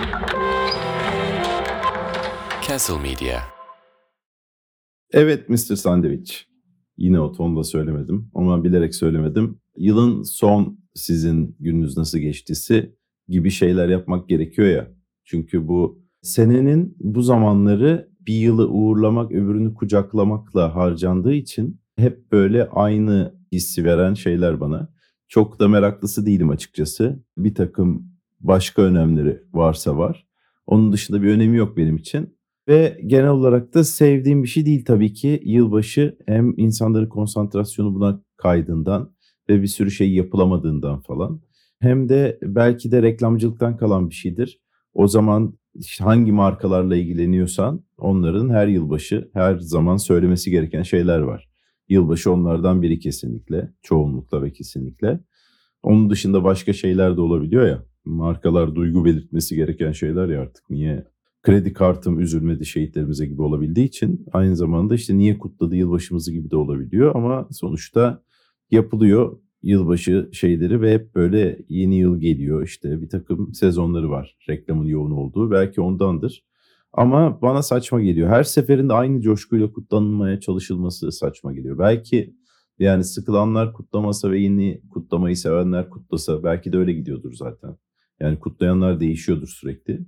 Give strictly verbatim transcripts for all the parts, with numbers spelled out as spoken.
Castle Media. Evet mister Sandviç. Yine o tonda söylemedim ama bilerek söylemedim. Yılın son sizin gününüz nasıl geçtisi gibi şeyler yapmak gerekiyor ya. Çünkü bu senenin bu zamanları bir yılı uğurlamak öbürünü kucaklamakla harcandığı için hep böyle aynı hissi veren şeyler bana. Çok da meraklısı değilim açıkçası. Bir takım başka önemleri varsa var. Onun dışında bir önemi yok benim için. Ve genel olarak da sevdiğim bir şey değil tabii ki. Yılbaşı hem insanların konsantrasyonu buna kaydığından ve bir sürü şey yapılamadığından falan. Hem de belki de reklamcılıktan kalan bir şeydir. O zaman işte hangi markalarla ilgileniyorsan onların her yılbaşı her zaman söylemesi gereken şeyler var. Yılbaşı onlardan biri kesinlikle, çoğunlukla ve kesinlikle. Onun dışında başka şeyler de olabiliyor ya. Markalar duygu belirtmesi gereken şeyler ya artık. Niye kredi kartım üzülmedi şehitlerimize gibi olabildiği için aynı zamanda işte niye kutladı yılbaşımızı gibi de olabiliyor ama sonuçta yapılıyor yılbaşı şeyleri ve hep böyle yeni yıl geliyor işte bir takım sezonları var reklamın yoğun olduğu belki ondandır ama bana saçma geliyor. Her seferinde aynı coşkuyla kutlanmaya çalışılması saçma geliyor. Belki yani sıkılanlar kutlamasa ve yeni kutlamayı sevenler kutlasa belki de öyle gidiyordur zaten. Yani kutlayanlar değişiyordur sürekli.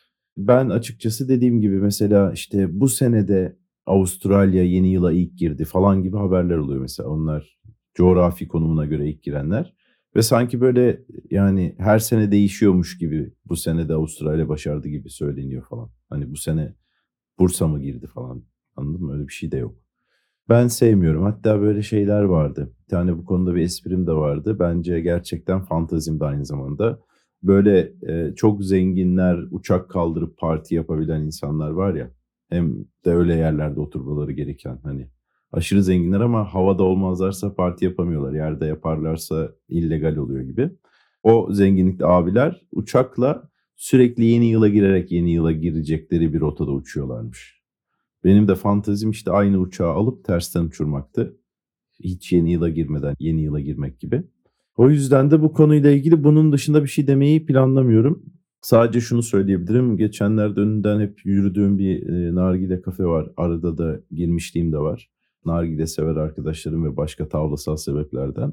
Ben açıkçası dediğim gibi mesela işte bu senede Avustralya yeni yıla ilk girdi falan gibi haberler oluyor mesela. Onlar coğrafi konumuna göre ilk girenler. Ve sanki böyle yani her sene değişiyormuş gibi bu sene de Avustralya başardı gibi söyleniyor falan. Hani bu sene Bursa mı girdi falan anladın mı? Öyle bir şey de yok. Ben sevmiyorum. Hatta böyle şeyler vardı. Bir tane bu konuda bir esprim de vardı. Bence gerçekten fantazim de aynı zamanda. Böyle e, çok zenginler uçak kaldırıp parti yapabilen insanlar var ya. Hem de öyle yerlerde oturmaları gereken hani aşırı zenginler ama havada olmazlarsa parti yapamıyorlar. Yerde yaparlarsa illegal oluyor gibi. O zenginlikte abiler uçakla sürekli yeni yıla girerek yeni yıla girecekleri bir rotada uçuyorlarmış. Benim de fantezim işte aynı uçağı alıp tersten uçurmaktı. Hiç yeni yıla girmeden yeni yıla girmek gibi. O yüzden de bu konuyla ilgili bunun dışında bir şey demeyi planlamıyorum. Sadece şunu söyleyebilirim. Geçenlerde önünden hep yürüdüğüm bir e, nargile kafe var. Arada da girmişliğim de var. Nargile sever arkadaşlarım ve başka tavlasal sebeplerden.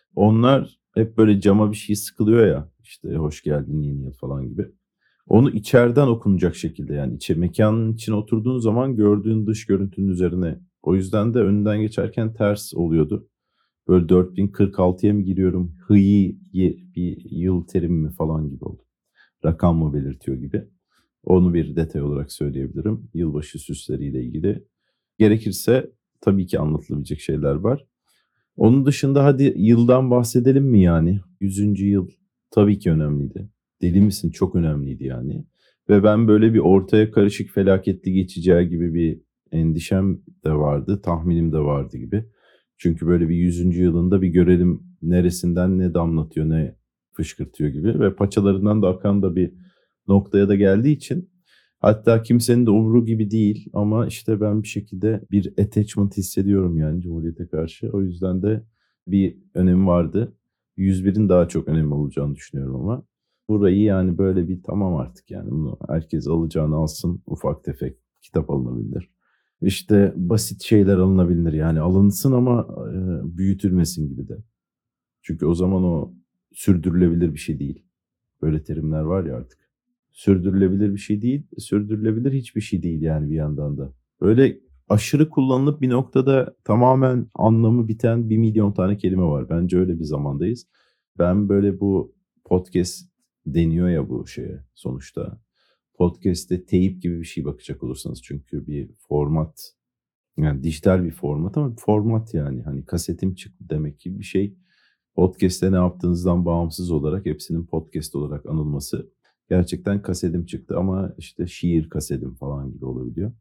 Onlar hep böyle cama bir şey sıkılıyor ya. İşte hoş geldin yeni yıl falan gibi. Onu içeriden okunacak şekilde yani içe, mekanın içine oturduğun zaman gördüğün dış görüntünün üzerine. O yüzden de önünden geçerken ters oluyordu. Böyle dört bin kırk altıya mı giriyorum? Hıyi bir yıl terimi mi falan gibi oldu. Rakam mı belirtiyor gibi. Onu bir detay olarak söyleyebilirim. Yılbaşı süsleriyle ilgili. Gerekirse tabii ki anlatılabilecek şeyler var. Onun dışında hadi yıldan bahsedelim mi yani? Yüzüncü yıl tabii ki önemliydi. Deli misin? Çok önemliydi yani. Ve ben böyle bir ortaya karışık felaketli geçeceği gibi bir endişem de vardı. Tahminim de vardı gibi. Çünkü böyle bir yüzüncü yılında bir görelim neresinden ne damlatıyor ne fışkırtıyor gibi. Ve paçalarından da akan da bir noktaya da geldiği için hatta kimsenin de umru gibi değil ama işte ben bir şekilde bir attachment hissediyorum yani Cumhuriyet'e karşı. O yüzden de bir önemi vardı. yüz birin daha çok önemli olacağını düşünüyorum ama burayı yani böyle bir tamam artık yani bunu herkes alacağını alsın, ufak tefek kitap alınabilir. İşte basit şeyler alınabilir yani alınsın ama e, büyütülmesin gibi de. Çünkü o zaman o sürdürülebilir bir şey değil. Böyle terimler var ya artık. Sürdürülebilir bir şey değil, sürdürülebilir hiçbir şey değil yani bir yandan da. Böyle aşırı kullanılıp bir noktada tamamen anlamı biten bir milyon tane kelime var. Bence öyle bir zamandayız. Ben böyle bu podcast deniyor ya bu şeye sonuçta. Podcast'te teyip gibi bir şey bakacak olursanız çünkü bir format yani dijital bir format ama bir format yani hani kasetim çıktı demek gibi bir şey. Podcast'te ne yaptığınızdan bağımsız olarak hepsinin podcast olarak anılması gerçekten kasetim çıktı ama işte şiir kasetim falan gibi olabiliyor.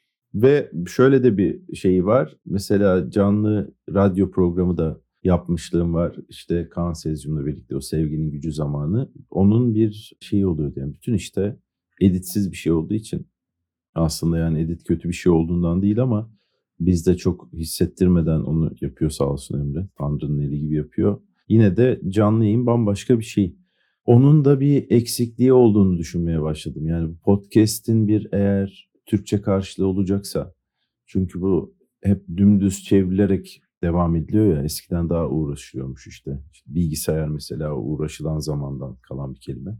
Ve şöyle de bir şey var. Mesela canlı radyo programı da yapmışlığım var. İşte Kaan Sezyum'la birlikte o Sevginin Gücü zamanı. Onun bir şeyi oluyordu yani bütün işte editsiz bir şey olduğu için aslında yani edit kötü bir şey olduğundan değil ama biz de çok hissettirmeden onu yapıyor sağ olsun Emre. Tanrı'nın eli gibi yapıyor. Yine de canlı yayın bambaşka bir şey. Onun da bir eksikliği olduğunu düşünmeye başladım. Yani bu podcast'in bir eğer Türkçe karşılığı olacaksa, çünkü bu hep dümdüz çevrilerek devam ediliyor ya, eskiden daha uğraşılıyormuş işte. İşte bilgisayar mesela uğraşılan zamandan kalan bir kelime.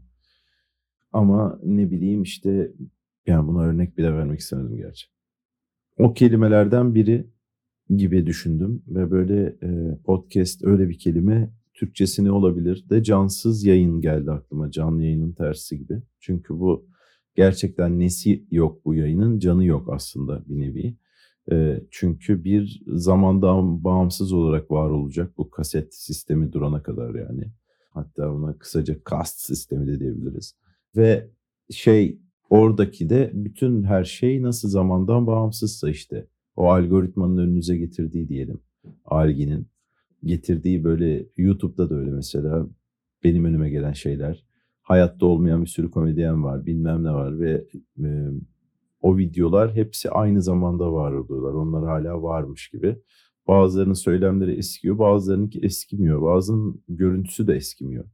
Ama ne bileyim işte, yani buna örnek bile vermek istemedim gerçi. O kelimelerden biri gibi düşündüm ve böyle e, podcast öyle bir kelime, Türkçesi ne olabilir de cansız yayın geldi aklıma, canlı yayının tersi gibi. Çünkü bu gerçekten nesi yok, bu yayının canı yok aslında bir nevi. E, çünkü bir zamandan bağımsız olarak var olacak bu kaset sistemi durana kadar yani. Hatta ona kısaca kast sistemi de diyebiliriz. Ve şey, oradaki de bütün her şey nasıl zamandan bağımsızsa işte o algoritmanın önünüze getirdiği diyelim. Alginin getirdiği, böyle YouTube'da da öyle mesela benim önüme gelen şeyler. Hayatta olmayan bir sürü komedyen var, bilmem ne var ve e, o videolar hepsi aynı zamanda var oluyorlar. Onlar hala varmış gibi. Bazılarının söylemleri eskiyor, bazılarınınki eskimiyor. Bazının görüntüsü de eskimiyor.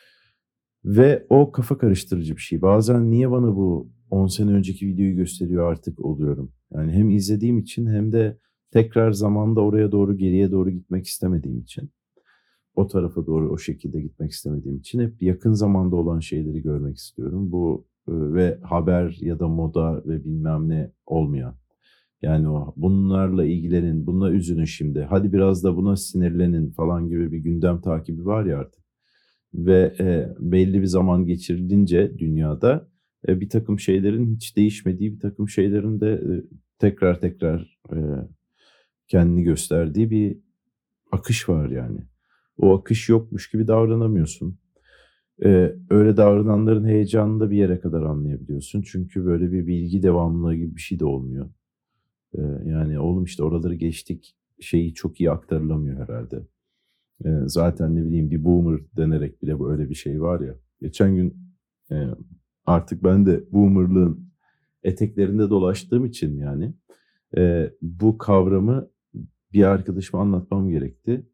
Ve o kafa karıştırıcı bir şey. Bazen niye bana bu on sene önceki videoyu gösteriyor artık oluyorum. Yani hem izlediğim için hem de tekrar zamanda oraya doğru, geriye doğru gitmek istemediğim için. O tarafa doğru o şekilde gitmek istemediğim için hep yakın zamanda olan şeyleri görmek istiyorum. Bu e, ve haber ya da moda ve bilmem ne olmayan. Yani o bunlarla ilgilenin, bununla üzülün şimdi. Hadi biraz da buna sinirlenin falan gibi bir gündem takibi var ya artık. Ve e, belli bir zaman geçirilince dünyada e, bir takım şeylerin hiç değişmediği, bir takım şeylerin de e, tekrar tekrar e, kendini gösterdiği bir akış var yani. O akış yokmuş gibi davranamıyorsun. E, öyle davrananların heyecanını da bir yere kadar anlayabiliyorsun. Çünkü böyle bir bilgi devamlılığı gibi bir şey de olmuyor. E, yani oğlum işte oraları geçtik şeyi çok iyi aktarılamıyor herhalde. E, zaten ne bileyim bir boomer denerek bile böyle bir şey var ya. Geçen gün e, artık ben de boomerlığın eteklerinde dolaştığım için yani e, bu kavramı bir arkadaşıma anlatmam gerekti.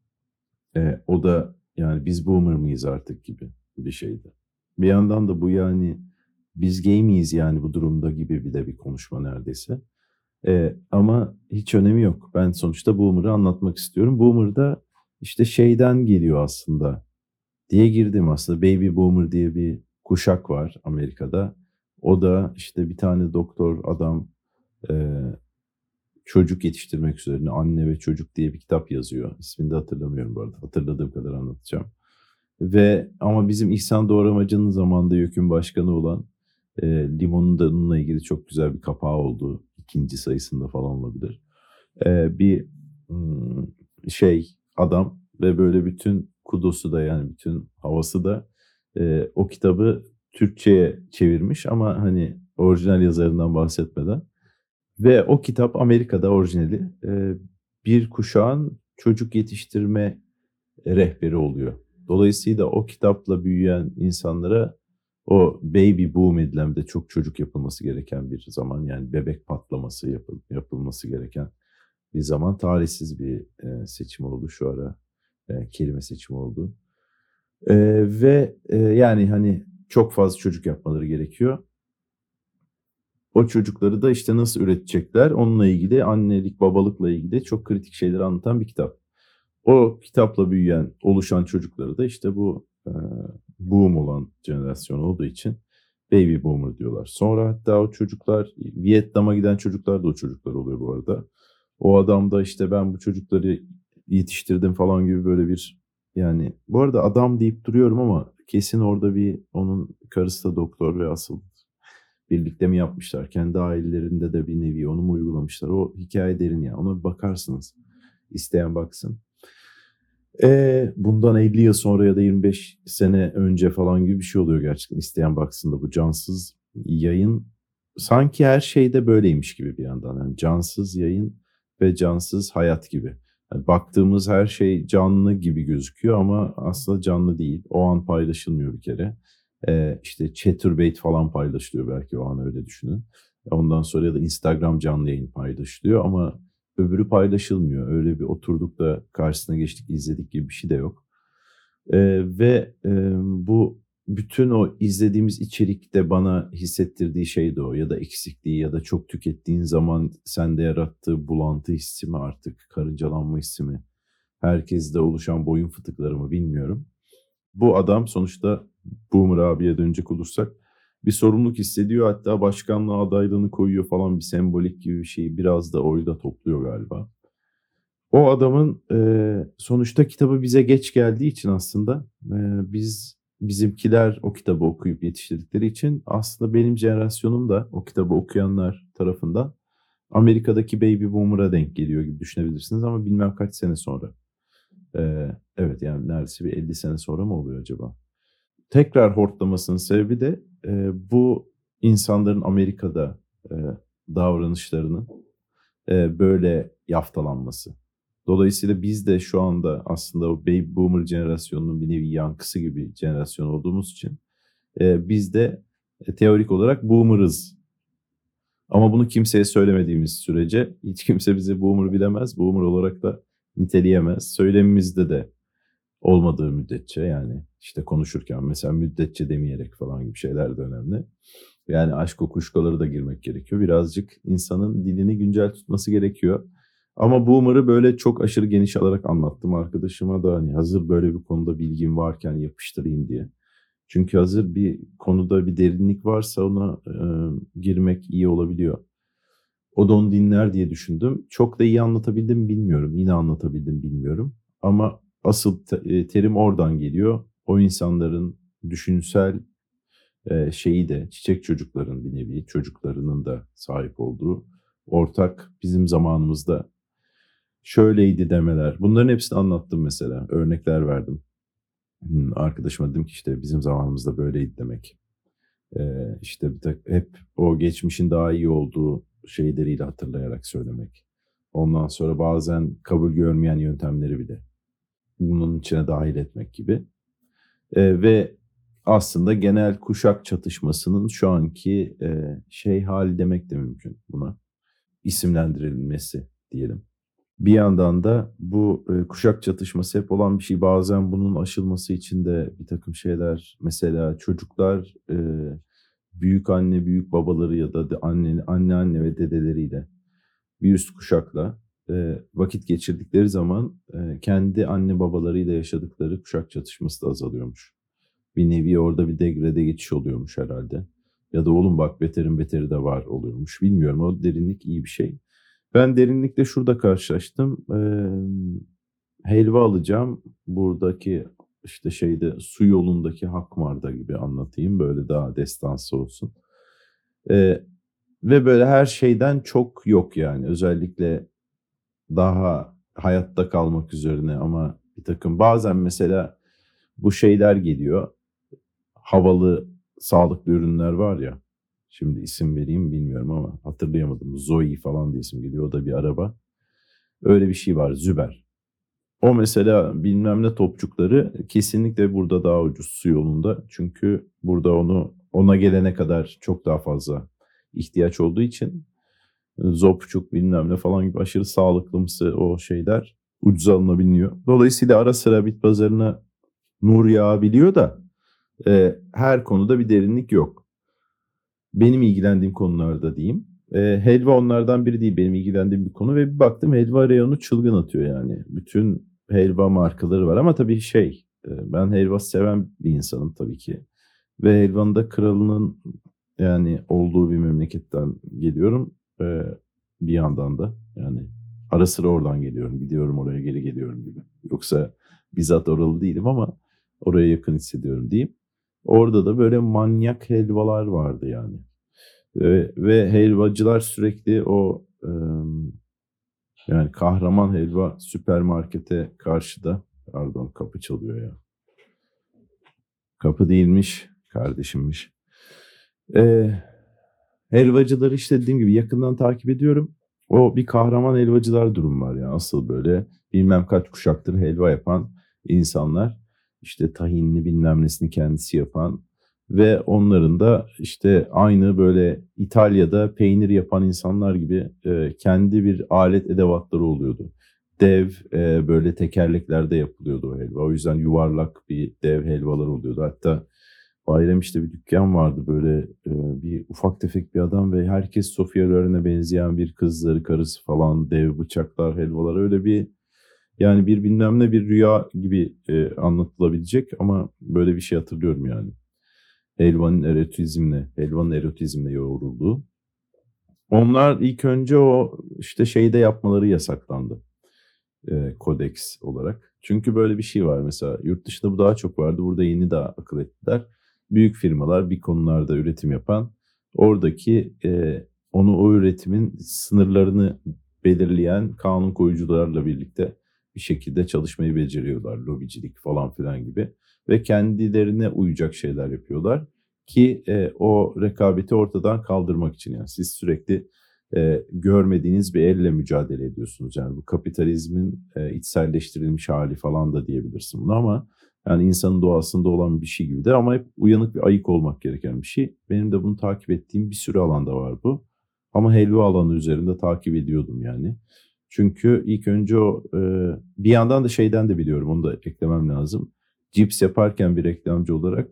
E, o da yani biz boomer mıyız artık gibi bir şeydi. Bir yandan da bu yani biz gay miyiz yani bu durumda gibi bir de bir konuşma neredeyse. E, ama hiç önemi yok. Ben sonuçta boomer'ı anlatmak istiyorum. Boomer da işte şeyden geliyor aslında diye girdim aslında. Baby boomer diye bir kuşak var Amerika'da. O da işte bir tane doktor adam e, çocuk yetiştirmek üzerine Anne ve Çocuk diye bir kitap yazıyor. İsmini de hatırlamıyorum bu arada. Hatırladığım kadar anlatacağım. Ve ama bizim İhsan Doğramacı'nın zamanında YÖK'ün başkanı olan e, Limon'un da onunla ilgili çok güzel bir kapağı oldu. İkinci sayısında falan olabilir. E, bir hmm, şey adam ve böyle bütün kudosu da yani bütün havası da e, o kitabı Türkçe'ye çevirmiş ama hani orijinal yazarından bahsetmeden. Ve o kitap Amerika'da orijinali e, bir kuşağın çocuk yetiştirme rehberi oluyor. Dolayısıyla o kitapla büyüyen insanlara o baby boom edilen, de çok çocuk yapılması gereken bir zaman, yani bebek patlaması yapıl, yapılması gereken bir zaman, talihsiz bir e, seçim oldu şu ara, e, kelime seçimi oldu. E, ve e, yani hani çok fazla çocuk yapmaları gerekiyor. O çocukları da işte nasıl üretecekler, onunla ilgili, annelik babalıkla ilgili çok kritik şeyleri anlatan bir kitap. O kitapla büyüyen, oluşan çocukları da işte bu e, boom olan jenerasyon olduğu için baby boomer diyorlar. Sonra hatta o çocuklar, Vietnam'a giden çocuklar da o çocuklar oluyor bu arada. O adam da işte ben bu çocukları yetiştirdim falan gibi böyle bir, yani bu arada adam deyip duruyorum ama kesin orada bir, onun karısı da doktor ve asıl birlikte mi yapmışlar? Kendi ailelerinde de bir nevi onu mu uygulamışlar? O hikaye derin ya. Ona bir bakarsınız. İsteyen baksın. E, bundan elli yıl sonra ya da yirmi beş sene önce falan gibi bir şey oluyor gerçekten. İsteyen baksın da bu cansız yayın sanki her şeyde böyleymiş gibi bir yandan. Yani cansız yayın ve cansız hayat gibi. Yani baktığımız her şey canlı gibi gözüküyor ama aslında canlı değil. O an paylaşılmıyor bir kere. Ee, işte Chaturbate falan paylaşılıyor belki, o an öyle düşünün. Ondan sonra ya da Instagram canlı yayın paylaşılıyor ama öbürü paylaşılmıyor. Öyle bir oturduk da karşısına geçtik izledik gibi bir şey de yok. Ee, ve e, bu bütün o izlediğimiz içerikte bana hissettirdiği şey de o. Ya da eksikliği ya da çok tükettiğin zaman sende yarattığı bulantı hissi mi artık, karıncalanma hissi mi? Herkeste oluşan boyun fıtıkları mı bilmiyorum. Bu adam sonuçta Boomer abiye dönecek olursak bir sorumluluk hissediyor. Hatta başkanlığa adaylığını koyuyor falan, bir sembolik gibi bir şeyi. Biraz da oyu da topluyor galiba. O adamın e, sonuçta kitabı bize geç geldiği için aslında e, biz bizimkiler o kitabı okuyup yetiştirdikleri için aslında benim jenerasyonum da o kitabı okuyanlar tarafından Amerika'daki Baby Boomer'a denk geliyor gibi düşünebilirsiniz ama bilmem kaç sene sonra. E, evet yani neredeyse bir elli sene sonra mı oluyor acaba? Tekrar hortlamasının sebebi de e, bu insanların Amerika'da e, davranışlarının e, böyle yaftalanması. Dolayısıyla biz de şu anda aslında o Baby Boomer jenerasyonunun bir nevi yankısı gibi jenerasyon olduğumuz için e, biz de e, teorik olarak Boomer'ız. Ama bunu kimseye söylemediğimiz sürece hiç kimse bizi Boomer bilemez, Boomer olarak da niteleyemez. Söylemimizde de olmadığı müddetçe, yani işte konuşurken mesela müddetçe demeyerek falan gibi şeyler de önemli. Yani aşk kuşkaları da girmek gerekiyor. Birazcık insanın dilini güncel tutması gerekiyor. Ama Boomer'ı böyle çok aşırı geniş alarak anlattım arkadaşıma da, hani hazır böyle bir konuda bilgim varken yapıştırayım diye. Çünkü hazır bir konuda bir derinlik varsa ona e, girmek iyi olabiliyor. O da onu dinler diye düşündüm. Çok da iyi anlatabildim bilmiyorum. Yine anlatabildim bilmiyorum. Ama asıl te- terim oradan geliyor. O insanların düşünsel e, şeyi de, çiçek çocukların bir nevi çocuklarının da sahip olduğu ortak bizim zamanımızda şöyleydi demeler. Bunların hepsini anlattım mesela. Örnekler verdim. Hmm, arkadaşıma dedim ki işte bizim zamanımızda böyleydi demek. Ee, işte bir tek, hep o geçmişin daha iyi olduğu şeyleriyle hatırlayarak söylemek. Ondan sonra bazen kabul görmeyen yöntemleri bile bunun içine dahil etmek gibi. Ee, ve aslında genel kuşak çatışmasının şu anki e, şey hali demek de mümkün buna. İsimlendirilmesi diyelim. Bir yandan da bu e, kuşak çatışması hep olan bir şey. Bazen bunun aşılması için de bir takım şeyler, mesela çocuklar e, büyük anne, büyük babaları ya da de anne, anne anne ve dedeleriyle bir üst kuşakla e, vakit geçirdikleri zaman e, kendi anne babalarıyla yaşadıkları kuşak çatışması da azalıyormuş. Bir nevi orada bir degrede geçiş oluyormuş herhalde. Ya da oğlum bak beterin beteri de var oluyormuş. Bilmiyorum, o derinlik iyi bir şey. Ben derinlikle şurada karşılaştım. Ee, helva alacağım. Buradaki işte şeyde su yolundaki Hakmar'da gibi anlatayım. Böyle daha destansı olsun. Ee, ve böyle her şeyden çok yok yani. Özellikle daha hayatta kalmak üzerine ama bir takım bazen mesela bu şeyler geliyor. Havalı sağlıklı ürünler var ya. Şimdi isim vereyim bilmiyorum ama hatırlayamadım. Zoe falan diye isim geliyor. O da bir araba. Öyle bir şey var. Züber. O mesela bilmem ne topçukları kesinlikle burada daha ucuz su yolunda. Çünkü burada onu ona gelene kadar çok daha fazla ihtiyaç olduğu için Zopçuk bilmem ne falan gibi aşırı sağlıklımsı o şeyler ucuz alınabiliyor. Dolayısıyla ara sıra bit pazarına nur yağabiliyor da e, her konuda bir derinlik yok. Benim ilgilendiğim konularda diyeyim. E, helva onlardan biri değil, benim ilgilendiğim bir konu ve bir baktım helva reyonu çılgın atıyor yani. Bütün helva markaları var ama tabii şey e, ben helva seven bir insanım tabii ki. Ve helvanın da kralının yani olduğu bir memleketten geliyorum. E, bir yandan da yani ara sıra oradan geliyorum, gidiyorum oraya, geri geliyorum gibi. Yoksa bizzat oralı değilim ama oraya yakın hissediyorum diyeyim. Orada da böyle manyak helvalar vardı yani. Ve, ve helvacılar sürekli o e, yani Kahraman Helva süpermarkete karşıda, pardon kapı çalıyor ya. Kapı değilmiş, kardeşimmiş. E, helvacıları işte dediğim gibi yakından takip ediyorum. O bir kahraman helvacılar durum var ya. Asıl böyle bilmem kaç kuşaktır helva yapan insanlar. İşte tahinli bilmem nesini kendisi yapan ve onların da işte aynı böyle İtalya'da peynir yapan insanlar gibi e, kendi bir alet edevatları oluyordu. Dev e, böyle tekerleklerde yapılıyordu o helva. O yüzden yuvarlak bir dev helvalar oluyordu. Hatta Bayram işte bir dükkan vardı böyle e, bir ufak tefek bir adam ve herkes Sofia Loren'e benzeyen bir kızları karısı falan dev bıçaklar helvalar öyle bir yani bir bilmem ne bir rüya gibi e, anlatılabilecek ama böyle bir şey hatırlıyorum yani. Helvanın erotizmle, helvanın erotizmle yoğrulduğu. Onlar ilk önce o işte şeyde yapmaları yasaklandı e, kodeks olarak. Çünkü böyle bir şey var mesela yurt dışında bu daha çok vardı. Burada yeni daha akıl ettiler. Büyük firmalar bir konularda üretim yapan oradaki e, onu o üretimin sınırlarını belirleyen kanun koyucularla birlikte bir şekilde çalışmayı beceriyorlar. Lobicilik falan filan gibi ve kendilerine uyacak şeyler yapıyorlar ki e, o rekabeti ortadan kaldırmak için yani siz sürekli e, görmediğiniz bir elle mücadele ediyorsunuz. Yani bu kapitalizmin e, içselleştirilmiş hali falan da diyebilirsin bunu ama yani insanın doğasında olan bir şey gibi de ama hep uyanık ve ayık olmak gereken bir şey. Benim de bunu takip ettiğim bir sürü alanda var bu. Ama helva alanı üzerinde takip ediyordum yani. Çünkü ilk önce o e, bir yandan da şeyden de biliyorum onu da eklemem lazım. Cips yaparken bir reklamcı olarak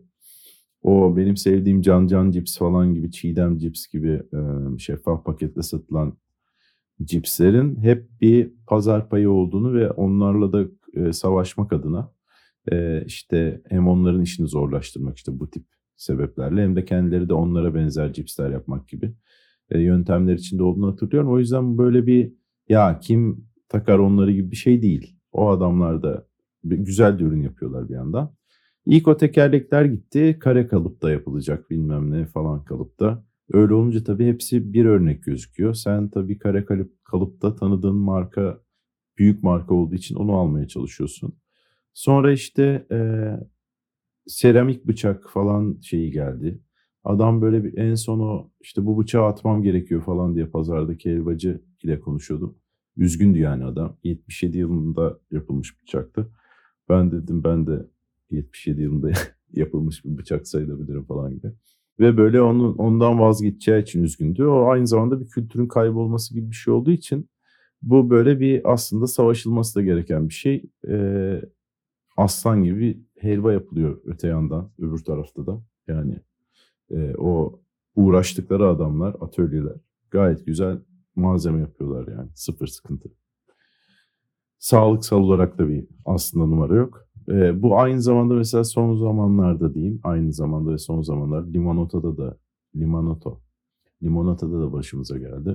o benim sevdiğim Can Can cips falan gibi, Çiğdem cips gibi e, şeffaf paketle satılan cipslerin hep bir pazar payı olduğunu ve onlarla da e, savaşmak adına e, işte hem onların işini zorlaştırmak işte bu tip sebeplerle hem de kendileri de onlara benzer cipsler yapmak gibi e, yöntemler içinde olduğunu hatırlıyorum. O yüzden böyle bir ya kim takar onları gibi bir şey değil. O adamlar da bir- güzel de ürün yapıyorlar bir yandan. İlk o tekerlekler gitti. Kare kalıpta yapılacak bilmem ne falan kalıpta. Öyle olunca tabii hepsi bir örnek gözüküyor. Sen tabii kare kalıp, kalıpta tanıdığın marka büyük marka olduğu için onu almaya çalışıyorsun. Sonra işte e, seramik bıçak falan şeyi geldi. Adam böyle bir en son o işte bu bıçağı atmam gerekiyor falan diye pazardaki helvacı ile konuşuyordum. Üzgündü yani adam. yetmiş yedi yılında yapılmış bıçaktı. Ben dedim ben de yetmiş yedi yılında yapılmış bir bıçak sayılabilirim falan gibi. Ve böyle onun ondan vazgeçeceği için üzgündü. O aynı zamanda bir kültürün kaybolması gibi bir şey olduğu için bu böyle bir aslında savaşılması da gereken bir şey. Ee, aslan gibi bir helva yapılıyor öte yandan, öbür tarafta da. Yani e, o uğraştıkları adamlar, atölyeler gayet güzel malzeme yapıyorlar yani. Sıfır sıkıntı. Sağlıksal olarak da bir aslında numara yok. E, bu aynı zamanda mesela son zamanlarda diyeyim, aynı zamanda ve son zamanlar limonata'da da, limonata, limonata'da da başımıza geldi.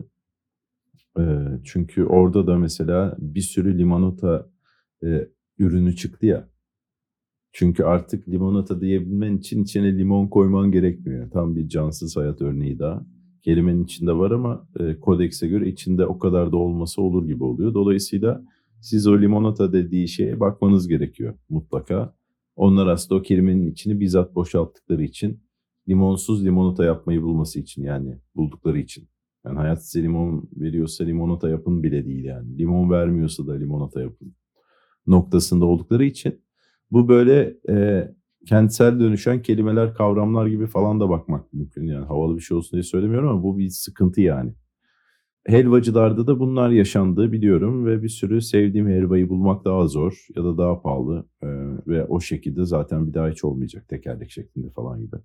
E, çünkü orada da mesela bir sürü limonata e, ürünü çıktı ya. Çünkü artık limonata diyebilmen için içine limon koyman gerekmiyor. Tam bir cansız hayat örneği daha. Kelimenin içinde var ama e, kodekse göre içinde o kadar da olması olur gibi oluyor. Dolayısıyla siz o limonata dediği şeye bakmanız gerekiyor mutlaka. Onlar aslında o kelimenin içini bizzat boşalttıkları için limonsuz limonata yapmayı bulması için yani buldukları için. Yani hayat size limon veriyorsa limonata yapın bile değil yani. Limon vermiyorsa da limonata yapın noktasında oldukları için bu böyle e, kentsel dönüşen kelimeler, kavramlar gibi falan da bakmak mümkün. Yani havalı bir şey olsun diye söylemiyorum ama bu bir sıkıntı yani. Helvacılarda da bunlar yaşandığı biliyorum ve bir sürü sevdiğim helvayı bulmak daha zor ya da daha pahalı e, ve o şekilde zaten bir daha hiç olmayacak tekerlek şeklinde falan gibi.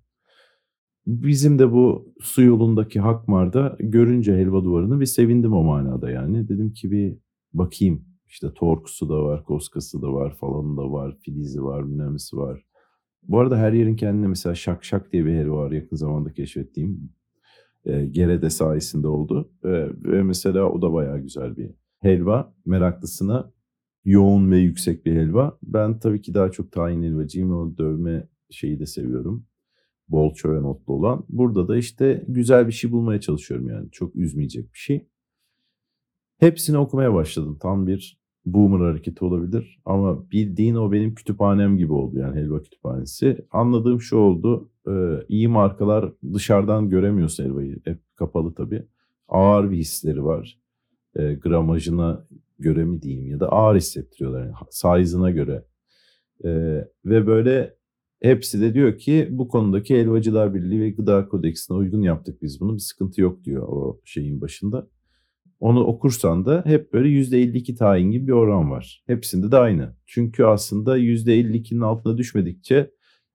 Bizim de bu su yolundaki Hakmar'da görünce helva duvarını bir sevindim o manada yani. Dedim ki bir bakayım işte Torkusu da var, Koskası da var, falan da var, Filizi var, Münemisi var. Bu arada her yerin kendine mesela Şak Şak diye bir helva var yakın zamanda keşfettiğim. E, Gerede sayesinde oldu. E, ve mesela o da bayağı güzel bir helva. Meraklısına yoğun ve yüksek bir helva. Ben tabii ki daha çok tahin helvacıyım. O dövme şeyi de seviyorum. Bol çöven otlu olan. Burada da işte güzel bir şey bulmaya çalışıyorum yani. Çok üzmeyecek bir şey. Hepsini okumaya başladım. Tam bir boomer hareketi olabilir. Ama bildiğin o benim kütüphanem gibi oldu yani helva kütüphanesi. Anladığım şu oldu. E, iyi markalar dışarıdan göremiyorsun helvayı. Hep kapalı tabii. Ağır bir hisleri var. E, gramajına göre mi diyeyim ya da ağır hissettiriyorlar. Yani size'ına göre. E, ve böyle hepsi de diyor ki bu konudaki Helvacılar Birliği ve Gıda Kodeksine uygun yaptık biz bunu. Bir sıkıntı yok diyor o şeyin başında. Onu okursan da hep böyle yüzde elli iki tayin gibi bir oran var. Hepsinde de aynı. Çünkü aslında yüzde elli ikinin altına düşmedikçe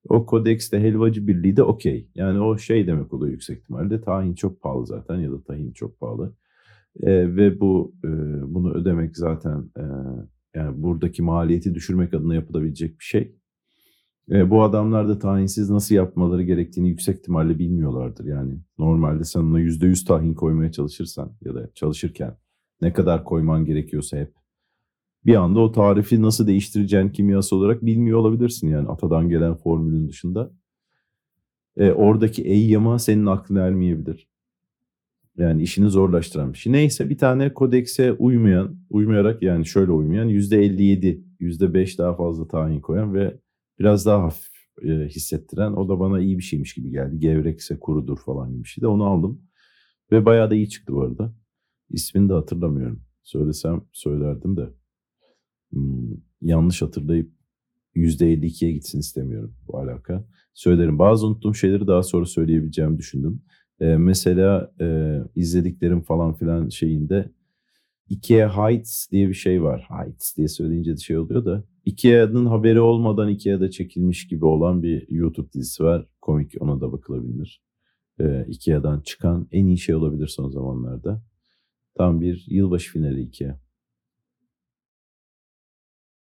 O kodekste helvacı birliği de okey. Yani o şey demek oluyor yüksek ihtimalle. Tahin çok pahalı zaten ya da tahin çok pahalı. E, ve bu e, bunu ödemek zaten e, yani buradaki maliyeti düşürmek adına yapılabilecek bir şey. E, bu adamlar da tahinsiz nasıl yapmaları gerektiğini yüksek ihtimalle bilmiyorlardır. Yani normalde sen ona yüzde yüz tahin koymaya çalışırsan ya da çalışırken ne kadar koyman gerekiyorsa hep bir anda o tarifi nasıl değiştireceğin kimyası olarak bilmiyor olabilirsin yani atadan gelen formülün dışında. E, oradaki eyyama senin aklına ermeyebilir. Yani işini zorlaştıran bir şey. Neyse bir tane kodekse uymayan, uymayarak yani şöyle uymayan yüzde elli yedi, yüzde beş daha fazla tahin koyan ve biraz daha hafif e, hissettiren o da bana iyi bir şeymiş gibi geldi. Gevrekse kurudur falan gibi bir şey de onu aldım. Ve bayağı da iyi çıktı bu arada. İsmini de hatırlamıyorum. Söylesem söylerdim de. Hmm, yanlış hatırlayıp yüzde elli ikiye gitsin istemiyorum bu alaka. Söylerim. Bazı unuttuğum şeyleri daha sonra söyleyebileceğimi düşündüm. Ee, mesela e, izlediklerim falan filan şeyinde Ikea Heights diye bir şey var. Heights diye söyleyince de şey oluyor da. Ikea'nın haberi olmadan Ikea'da çekilmiş gibi olan bir YouTube dizisi var. Komik, ona da bakılabilir. Ee, Ikea'dan çıkan en iyi şey olabilir son zamanlarda. Tam bir yılbaşı finali Ikea.